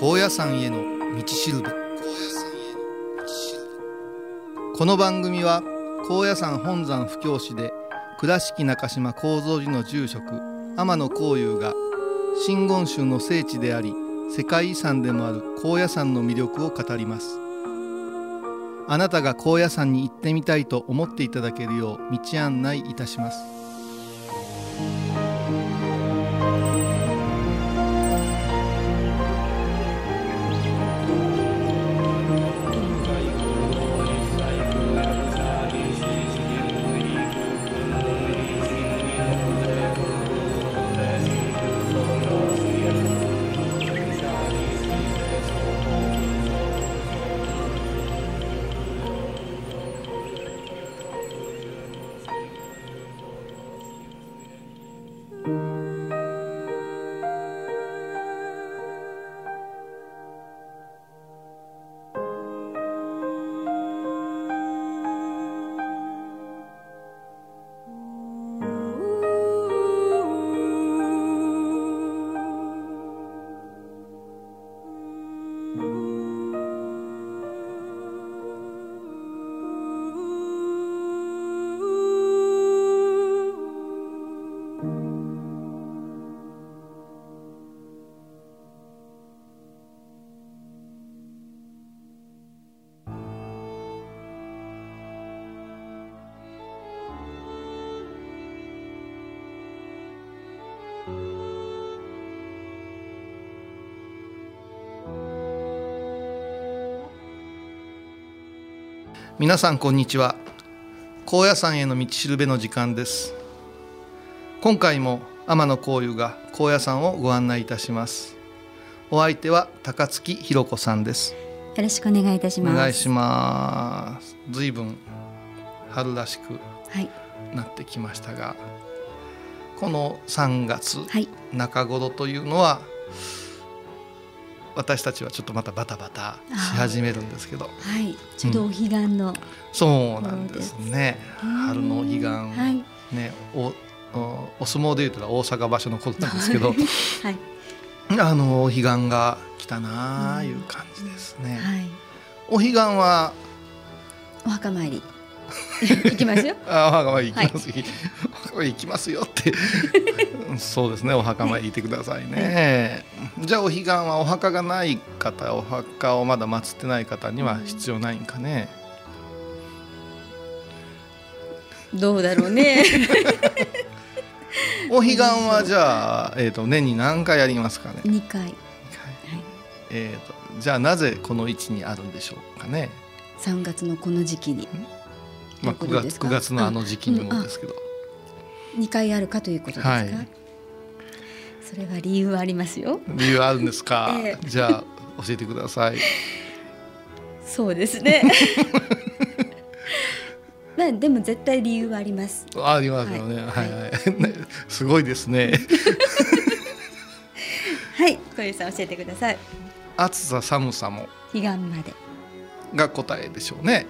高野山への道しるべ。この番組は高野山本山布教師で倉敷中島高蔵寺の住職天野幸雄が真言宗の聖地であり世界遺産でもある高野山の魅力を語ります。あなたが高野山に行ってみたいと思っていただけるよう道案内いたします。皆さんこんにちは。高野山への道しるべの時間です。今回も天野幸雄が高野山をご案内いたします。お相手は高槻弘子さんです。 よろしくお願いいたします。 お願いします。随分春らしくなってきましたが、この3月中頃というのは、私たちはちょっとまたバタバタし始めるんですけど、 ちょうどお彼岸の、 そうなんですね。春のお彼岸、ね、お相撲で言ったら大阪場所のことなんですけど、お彼岸が来たなあいう感じですね。お彼岸はお墓参り行きますよ。 お墓参り行きます、行きますよってそうですね、お墓参り行ってくださいね。じゃあお彼岸はお墓がない方、お墓をまだ祀ってない方には必要ないんかね。 どうだろうね。 お彼岸はじゃあ、年に何回やりますかね。 2回。 じゃあなぜこの位置にあるんでしょうかね。 3月のこの時期に、 9月のあの時期にもですけど、 2回あるかということですか。それは理由はありますよ。 理由あるんですか。じゃあ教えてください。 そうですね。でも絶対理由はあります。 ありますよね。すごいですね。 はい、小遊さん教えてください。 暑さ寒さも彼岸までが答えでしょうね。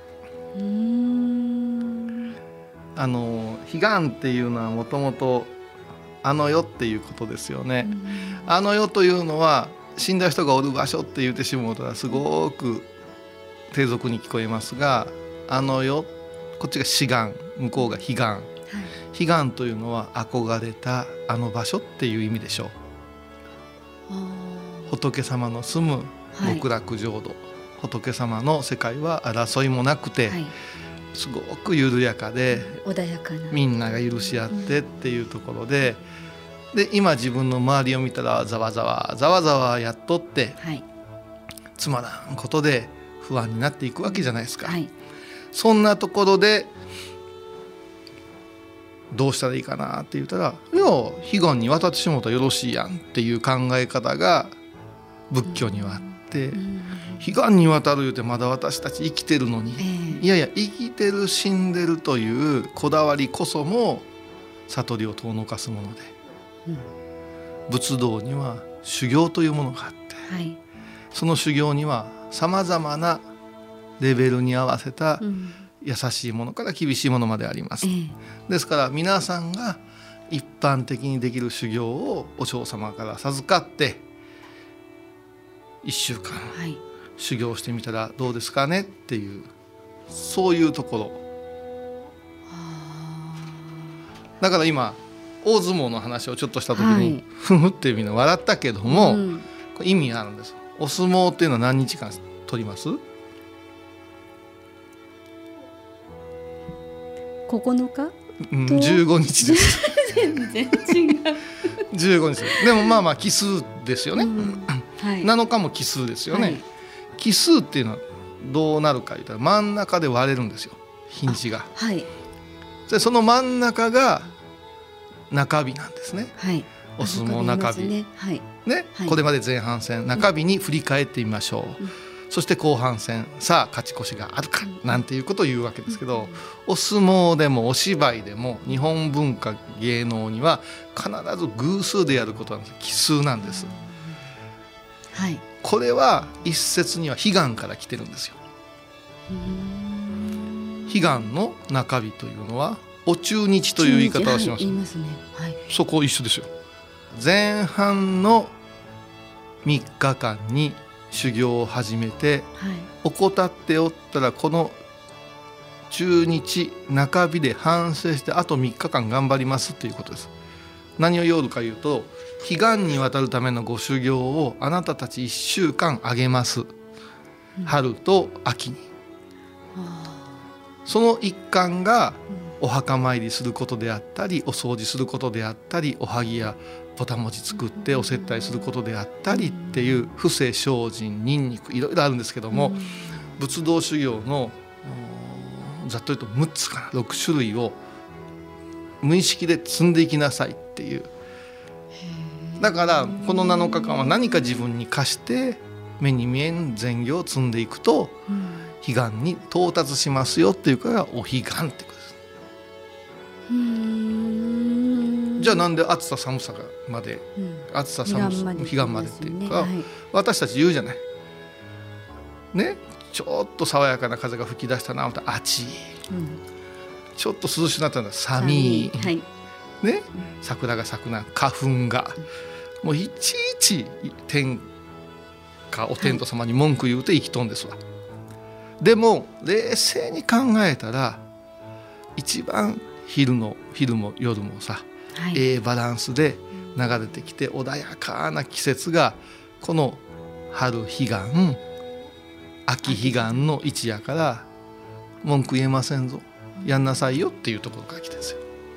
彼岸っていうのはもともとあの世っていうことですよね。あの世というのは死んだ人がおる場所って言ってしまうとすごく低俗に聞こえますが、あの世、こっちが志願、向こうが彼岸、彼岸というのは憧れたあの場所っていう意味でしょう。仏様の住む極楽浄土、仏様の世界は争いもなくて、すごく緩やかで穏やかな、 みんなが許し合ってっていうところで、今自分の周りを見たらざわざわやっとって、つまらんことで不安になっていくわけじゃないですか。そんなところでどうしたらいいかなって言ったら、いや彼岸に渡ってしもうたらよろしいやんっていう考え方が仏教にはあって、彼岸に渡る言うてまだ私たち生きてるのに、いや生きてる死んでるというこだわりこそも悟りを遠のかすもので、仏道には修行というものがあって、その修行にはさまざまなレベルに合わせた優しいものから厳しいものまであります。ですから皆さんが一般的にできる修行をお嬢様から授かって 1週間はい修行してみたらどうですかねっていう、そういうところだから今大相撲の話をちょっとした時に、ふふってみんな笑ったけども、これ意味があるんです。お相撲っていうのは何日間取ります？ 9日、 15日です。 全然違う 15日です。でもまあまあ奇数ですよね、 はい、 7日も奇数ですよね、はい、奇数っていうのはどうなるか言ったら真ん中で割れるんですよ、日にちが。 はい、 でその真ん中が中日なんですね、 はい、 お相撲中日ね、 はいね、はい、これまで前半戦中日に振り返ってみましょう、そして後半戦さあ勝ち越しがあるかなんていうことを言うわけですけど、お相撲でもお芝居でも日本文化芸能には必ず偶数でやることなんです。奇数なんです、はい、これは一説には悲願から来てるんですよ。悲願の中日というのはお中日という言い方をします、はい、そこ一緒ですよ。前半の3日間に修行を始めて、はい、怠っておったらこの中日中日で反省してあと3日間頑張りますということです。何を要るかいうと、悲願に渡るためのご修行をあなたたち1週間あげます、春と秋に、その一環がお墓参りすることであったり、お掃除することであったり、おはぎやぼたもち作ってお接待することであったりっていう布施精進ニンニクいろいろあるんですけども、仏道修行のざっと言うと6つかな6種類を無意識で積んでいきなさいっていう。だからこの7日間は何か自分に課して目に見えん善行を積んでいくと悲願に到達しますよっていうからお彼岸ってことです。じゃあなんで暑さ寒さまで、暑さ寒さ彼岸までっていうか、私たち言うじゃないね、ちょっと爽やかな風が吹き出したなまた暑い、ちょっと涼しくなったら寒い、ね、桜が咲くな花粉が、もういちいち天下お天道様に文句言うて生きとんですわ。でも冷静に考えたら一番昼も夜もさ、バランスで流れてきて穏やかな季節がこの春彼岸秋彼岸の一夜から文句言えませんぞ、やんなさいよっていうところから来てるんですよ。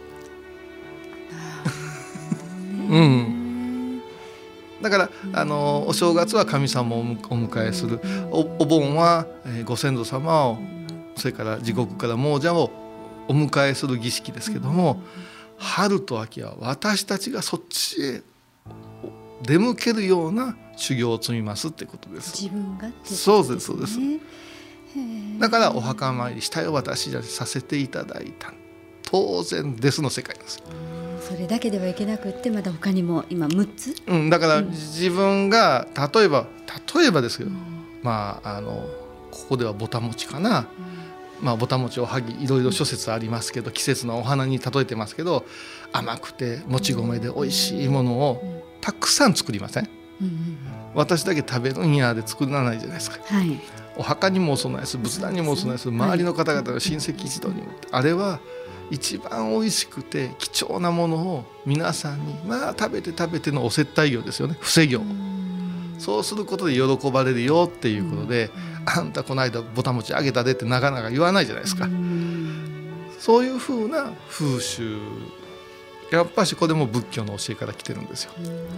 だからお正月は神様をお迎えする、お盆はご先祖様を、それから地獄から亡者をお迎えする儀式ですけども、春と秋は私たちがそっちへ出向けるような修行を積みますってことです。 自分がってことですね。 そうですそうです。だからお墓参りしたよ私じゃさせていただいた、当然ですの世界なんですよ。 それだけではいけなくって、まだ他にも今6つ、 だから自分が例えばですけど、ここではぼたもちかな、ぼたもちおはぎいろいろ諸説ありますけど、季節のお花に例えてますけど、甘くてもち米で美味しいものをたくさん作りません？私だけ食べるんやで作らないじゃないですか、お墓にもお供えする、仏壇にもお供えする、周りの方々の親戚一同にも、あれは一番美味しくて貴重なものを皆さんに食べてのお接待業ですよね、布施業。そうすることで喜ばれるよっていうことで、あんたこの間ぼたもちあげたでってなかなか言わないじゃないですか。そういうふうな風習、やっぱしこれも仏教の教えから来てるんですよ。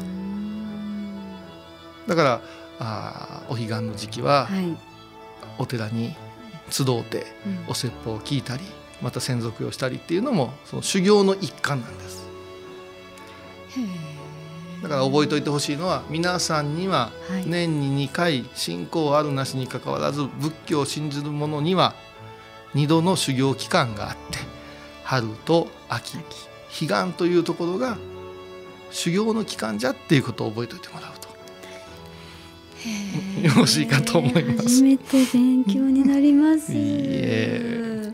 だからお彼岸の時期はお寺に集ってお説法を聞いたり、また専属をしたりっていうのもその修行の一環なんです。だから覚えておいてほしいのは、皆さんには年に2回信仰あるなしにかかわらず仏教を信じる者には2度の修行期間があって、春と秋、彼岸というところが修行の期間じゃっていうことを覚えておいてもらうとよろしいかと思います。 初めて勉強になります伝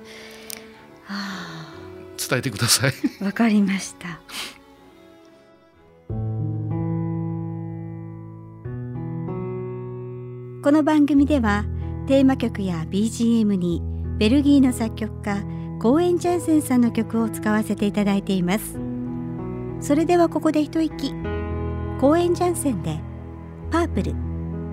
えてください。 わかりました。 この番組ではテーマ曲や BGM にベルギーの作曲家コーエン・ジャンセンさんの曲を使わせていただいています。それではここで一息、コーエン・ジャンセンでパープル。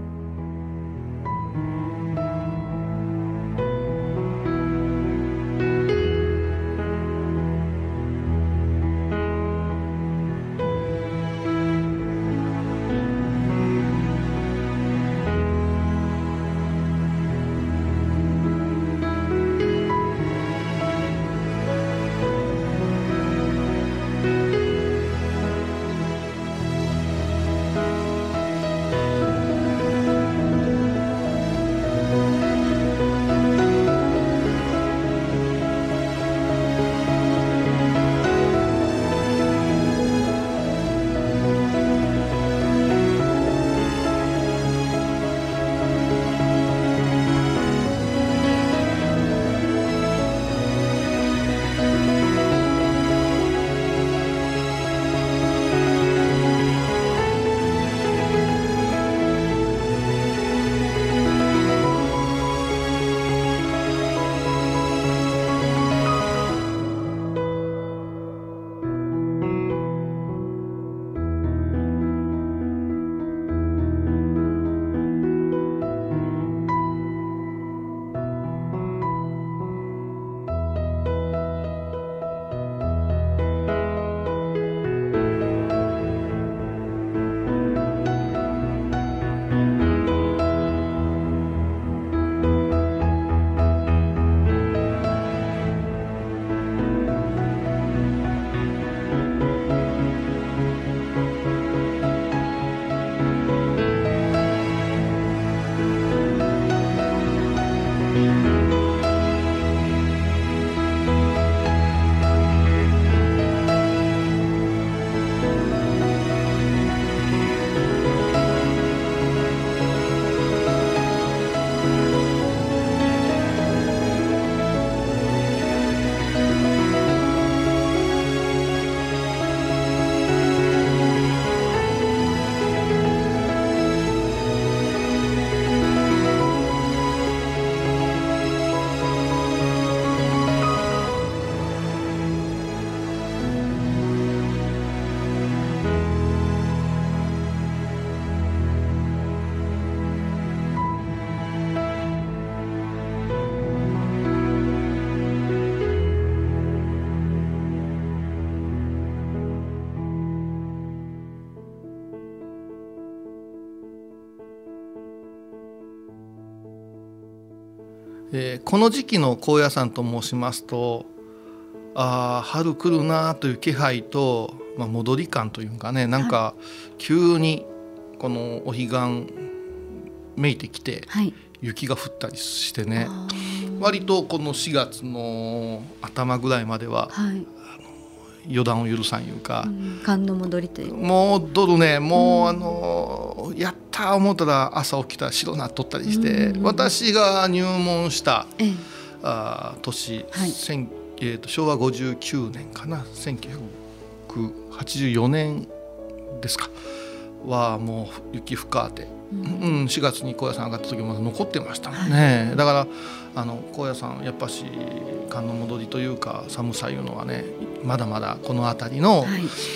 この時期の高野山と申しますと、春来るなという気配と、戻り感というかね、なんか急にこのお彼岸めいてきて、雪が降ったりしてね、割とこの4月の頭ぐらいまでは、予断を許さんいうか、 寒の戻りという戻るね、もう、やった思ったら朝起きたら白なっとったりして、私が入門した、年、昭和59年かな、1984年ですかはもう雪深あて、4月に高野山上がった時も残ってましたもんね。だから高野山やっぱし寒の戻りというか寒さいうのはね、まだまだこの辺りの、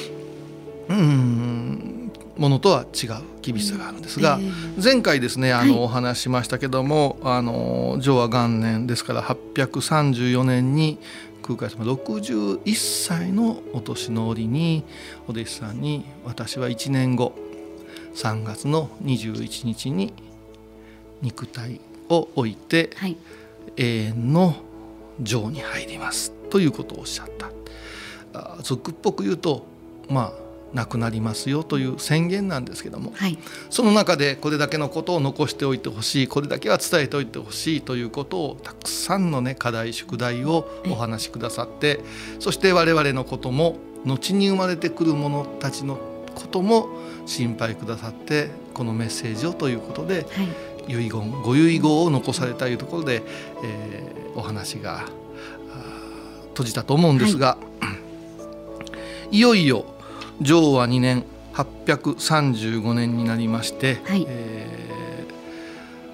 ものとは違う厳しさがあるんですが、前回ですねお話ししましたけども、承和元年ですから834年に空海様61歳のお年の折にお弟子さんに、私は1年後3月の21日に肉体を置いて、永遠の定に入りますということをおっしゃった。俗っぽく言うと亡くなりますよという宣言なんですけども、その中でこれだけのことを残しておいてほしい、これだけは伝えておいてほしいということをたくさんのね課題宿題をお話しくださって、そして我々のことも後に生まれてくる者たちのことも心配くださって、このメッセージをということで、遺言ご遺言を残されたというところで、お話が閉じたと思うんですが、いよいよ承和2年835年になりまして、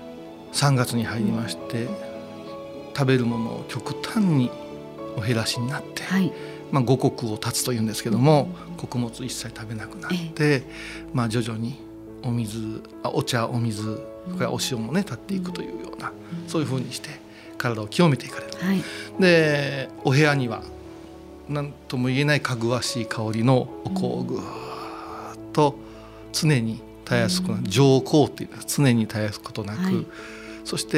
3月に入りまして、食べるものを極端にお減らしになって、五穀を断つというんですけども、穀物一切食べなくなって、徐々にお茶、お水、これはお塩もね断っていくというような、そういうふうにして体を清めていかれる。でお部屋には何とも言えないかぐわしい香りのお香をぐーっと常に絶やすことなく、浄香っていうのは常に絶やすことなく、そして、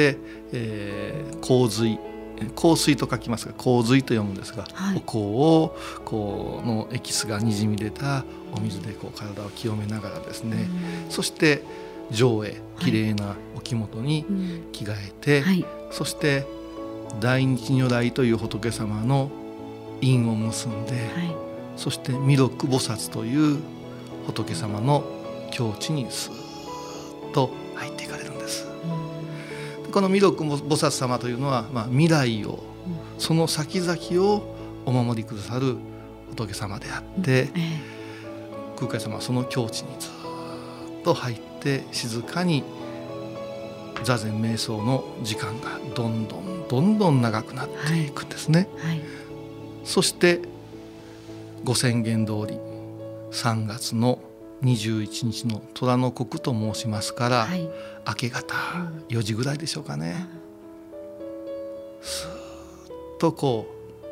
香水と書きますが香水と読むんですが、お香をのエキスがにじみ出たお水で体を清めながらですね、そして上へきれいなお着物に着替えて、そして大日如来という仏様の印を結んで、そして弥勒菩薩という仏様の境地にスーッと入っていかれるんです。この弥勒菩薩様というのは、未来を、その先々をお守りくださる仏様であって、空海様はその境地にずっと入って静かに座禅瞑想の時間がどんどん長くなっていくんですね。そしてご宣言通り3月の21日の虎の刻と申しますから、明け方4時ぐらいでしょうかね、スーッと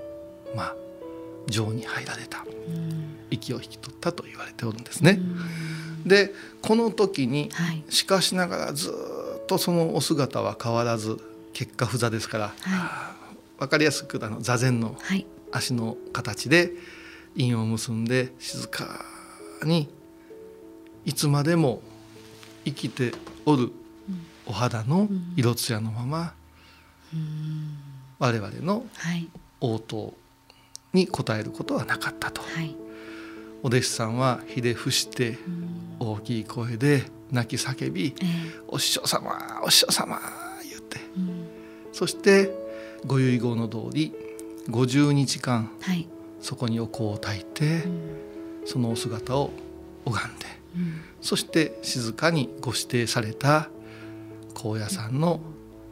情に入られた、息を引き取ったと言われておるんですね。でこの時に、しかしながらずっとそのお姿は変わらず、結果不座ですから、分かりやすく座禅の足の形で印を結んで静かにいつまでも生きておるお肌の色艶のまま、我々の応答に応えることはなかったと、お弟子さんはひれ伏して大きい声で泣き叫び、お師匠様お師匠様言って、そしてご遺言の通り50日間、そこにお香を焚いて、そのお姿を拝んで、そして静かにご指定された高野山の、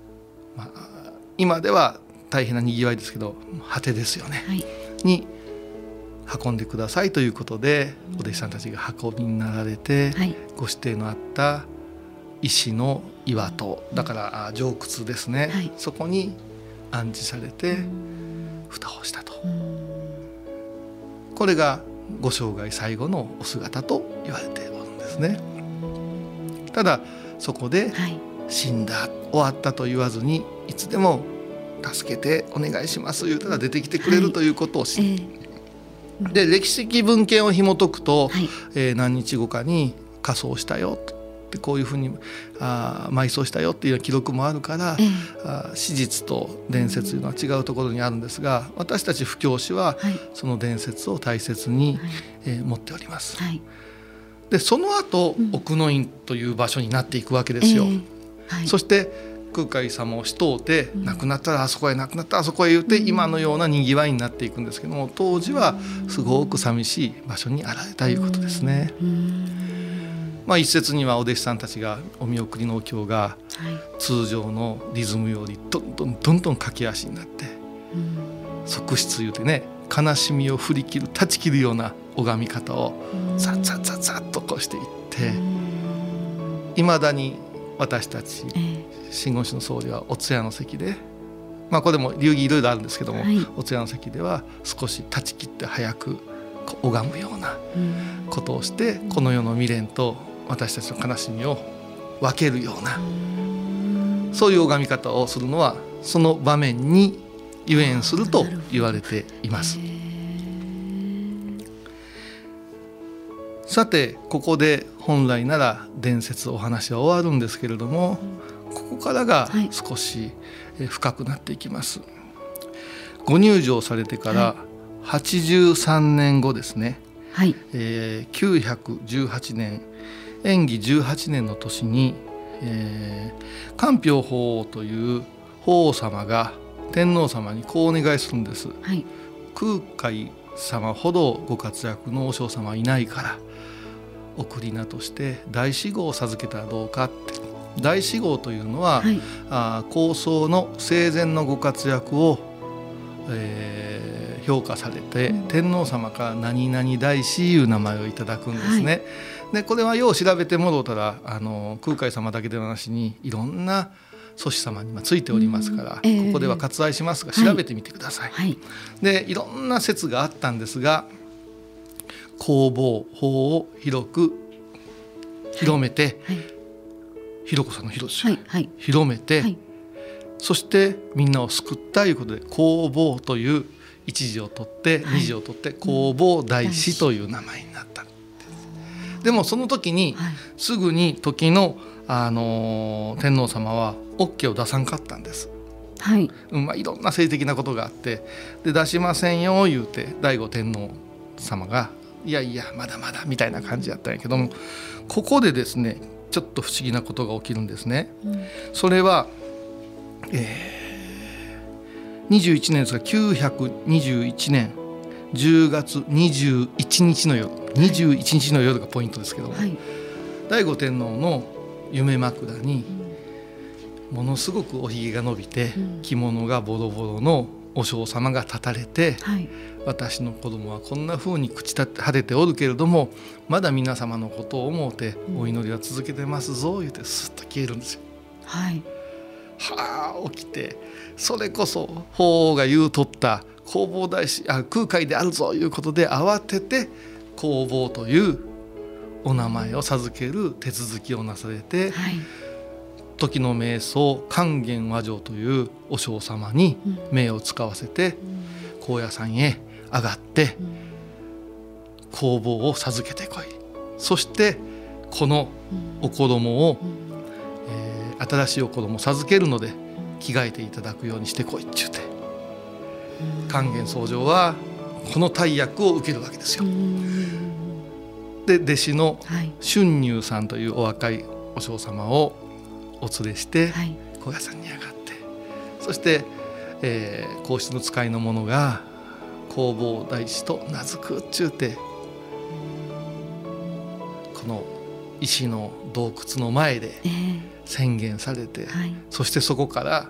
今では大変なにぎわいですけど果てですよね、に運んでくださいということで、お弟子さんたちが運びになられて、ご指定のあった石の岩戸だから洞窟ですね、そこに安置されて蓋をしたと。これがご生涯最後のお姿と言われておるんですね。ただそこで死んだ、終わったと言わずに、いつでも助けてお願いします言うたら出てきてくれるということを知って、で歴史的文献を紐解くと、何日後かに火葬したよってこういうふうに埋葬したよっていう記録もあるから、史実と伝説というのは違うところにあるんですが、私たち布教師はその伝説を大切に、持っております。でその後、奥の院という場所になっていくわけですよ。そして空海様をしとうて、亡くなったらあそこへ、亡くなったらあそこへ言うて、今のようなにぎわいになっていくんですけども、当時はすごく寂しい場所にあられたということですね。一説にはお弟子さんたちがお見送りのお経が通常のリズムよりどんどん駆け足になって、側室言うてね、悲しみを振り切る断ち切るような拝み方をザッザッザッザッとこうしていって、いまだに私たち真言宗の僧侶はお通夜の席で、これも流儀いろいろあるんですけども、お通夜の席では少し断ち切って早く拝むようなことをして、この世の未練と私たちの悲しみを分けるような、そういう拝み方をするのはその場面に由縁すると言われています。さてここで本来なら伝説お話は終わるんですけれども、ここからが少し深くなっていきます。ご入定されてから83年後ですね、918年延喜18年の年に、鑑評法皇という法皇様が天皇様にこうお願いするんです。空海様ほどご活躍の和尚様はいないから、送り名として大師号を授けたらどうかって大師号というのは、 はい、 高僧の生前のご活躍を、評価されて、天皇様から何々大師いう名前をいただくんですね、はい、でこれはよう調べてもろうたら空海様だけではなしにいろんな祖師様についておりますから、ここでは割愛しますが調べてみてください、はいはい、でいろんな説があったんですが、弘法法を広く広めて、はいはい、広子さんの広ですよ、はいはい、広めて、はい、そしてみんなを救ったということで弘法という一字を取って二字を取って弘法大師という名前になったんです。でもその時にすぐに時の、天皇様は OK を出さんかったんです、はい、いろんな政治的なことがあってで出しませんよ言うて醍醐天皇様がいやいやまだまだみたいな感じだったんやけども、ここでですねちょっと不思議なことが起きるんですね、それは、21年ですが921年10月21日の夜、21日の夜がポイントですけども、はい、醍醐天皇の夢枕にものすごくおひげが伸びて、着物がボロボロのお嬢様が立たれて、はい、私の子供はこんな風に朽ち果てておるけれどもまだ皆様のことを思うてお祈りは続けてますぞ言うてスッと消えるんですよ、はい、起きてそれこそ法皇が言うとった弘法大師空海であるぞいうことで慌てて弘法というお名前を授ける手続きをなされて、はい、時の瞑想勸玄和上というお嬢様に命を使わせて、高野山へ上がって弘法を授けてこい、そしてこのお子供を、新しいお子供を授けるので着替えていただくようにしてこいって言って勸玄僧正はこの大役を受けるわけですよ。で弟子の春入さんというお若いお嬢様をお連れして高野山に上がって、そして、皇室の使いの者が弘法大師と名付くっちゅうてこの石の洞窟の前で宣言されて、そしてそこから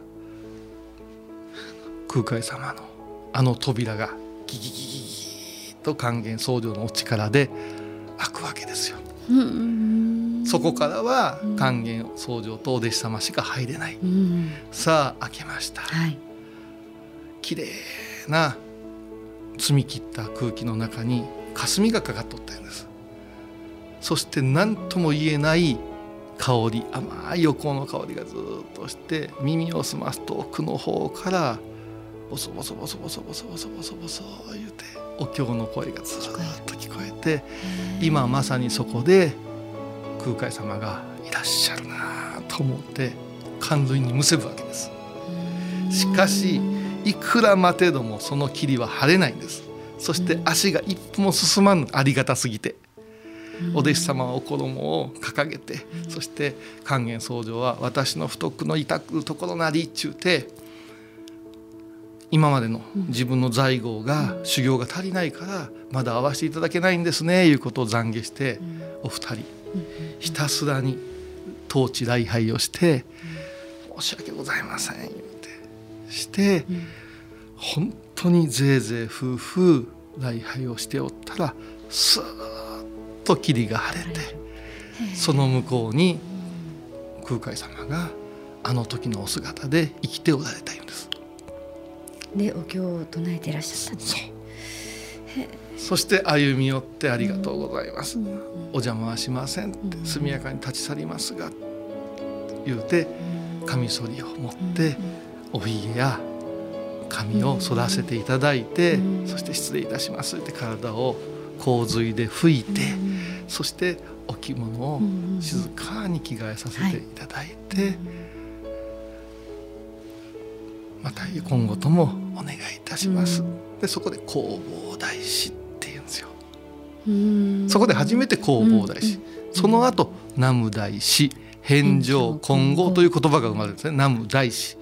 空海様のあの扉がギギギギギと勸玄僧正のお力で開くわけですよ。そこからは勸玄僧正とお弟子様しか入れない、さあ開けました、はい、きれいな澄み切った空気の中に霞がかかっとったんです。そして何とも言えない香り、甘いお香の香りがずっとして耳を澄ますと奥の方からボソボソボソボソボソボソボソボソ言うてお経の声がずっと聞こえて、今まさにそこで空海様がいらっしゃるなと思って感涙にむせぶわけです。しかしいくら待てどもその霧は晴れないんです。そして足が一歩も進まぬ、ありがたすぎてお弟子様はお衣を掲げて、そして勸玄僧正は私の不徳の痛くところなりっちゅうて、今までの自分の在業が修行が足りないからまだ会わせていただけないんですねいうことを懺悔して、お二人ひたすらに当地礼拝をして申し訳ございません言うてして本当にぜいぜい夫婦礼拝をしておったらスーッと霧が晴れて、その向こうに空海様があの時のお姿で生きておられたようです。 でお経を唱えていらっしゃった。そう。 そして歩み寄ってありがとうございます、お邪魔はしませんって速やかに立ち去りますが言うてカミソリを持っておひげや髪を剃らせていただいて、そして失礼いたしますって体を洪水で拭いて、そしてお着物を静かに着替えさせていただいて、また今後ともお願いいたします。でそこで弘法大師って言うんですよ。そこで初めて弘法大師、その後南無大師、返上金剛という言葉が生まれるんですね。南無大師、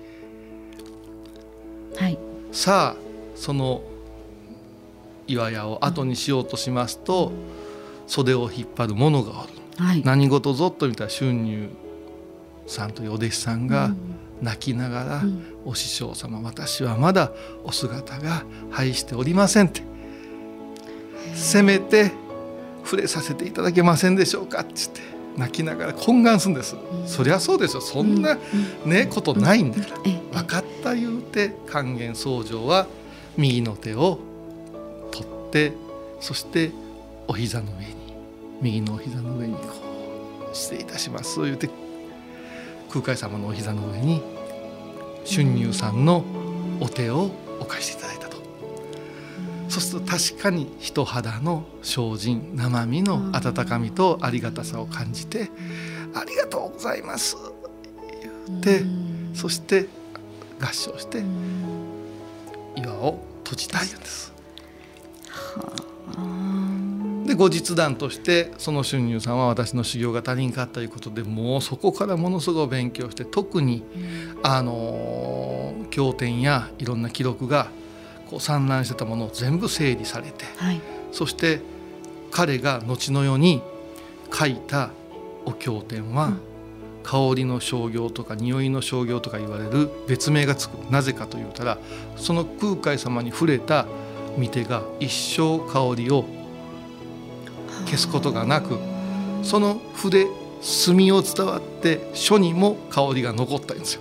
はい、さあその岩屋を後にしようとしますと、袖を引っ張る者がおる、はい、何事ぞっと見たら春入さんというお弟子さんが泣きながら、お師匠様、私はまだお姿が拝しておりませんって、せめて触れさせていただけませんでしょうかって言って泣きながら懇願するんです。そりゃそうですよ、そんなねことないんだから、分かった言うて勸玄僧正は右の手を取って、そしてお膝の上に、右のお膝の上にこう失礼いたします言うて、空海様のお膝の上に春入さんのお手を置かしていただいたと。そうすると確かに人肌の精進、生身の温かみとありがたさを感じて、ありがとうございます言って、そして合掌して岩を閉じたいんです。で後日談として、その春入さんは私の修行が足りんかったということで、もうそこからものすごい勉強して、特に経典やいろんな記録がこう散乱してたものを全部整理されて、そして彼が後の世に書いたお経典は、香りの商業とか匂いの商業とか言われる別名がつく。なぜかというたら、その空海様に触れた御手が一生香りを消すことがなく、その筆墨を伝わって書にも香りが残ったんですよ。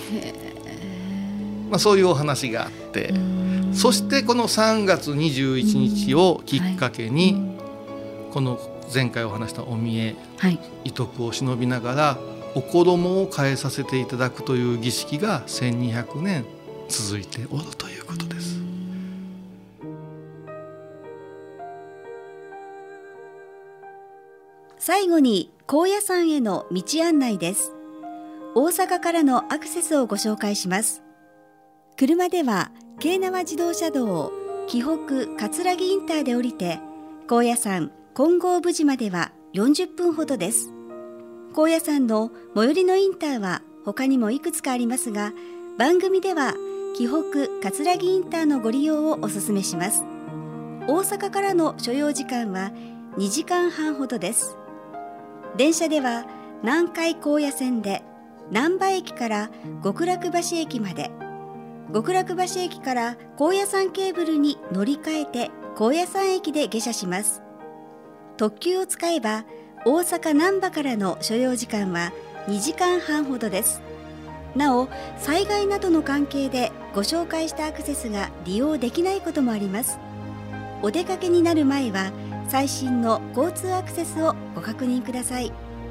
そういうお話があって、そしてこの3月21日をきっかけに、この前回お話したお見え、遺徳を忍びながらお子供を返させていただくという儀式が1200年続いておるということです。 最後に高野山への道案内です。大阪からのアクセスをご紹介します。車では京奈和自動車道紀北葛城インターで降りて、高野山金剛武寺までは40分ほどです。高野山の最寄りのインターは他にもいくつかありますが、番組では紀北葛城インターのご利用をお勧めします。大阪からの所要時間は2時間半ほどです。電車では南海高野線で難波駅から極楽橋駅まで、極楽橋駅から高野山ケーブルに乗り換えて高野山駅で下車します。特急を使えば大阪難波からの所要時間は2時間半ほどです。なお、災害などの関係でご紹介したアクセスが利用できないこともあります。お出かけになる前は最新の交通アクセスをご確認ください。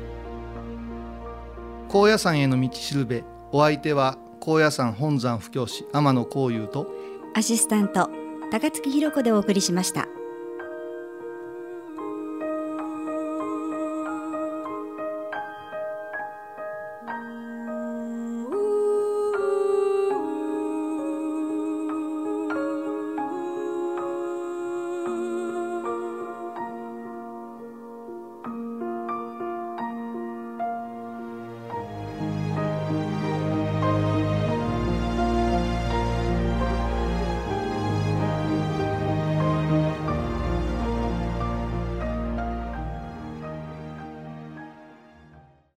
高野山への道しるべ、お相手は高野山本山布教師天野幸雄とアシスタント高槻ひろ子でお送りしました。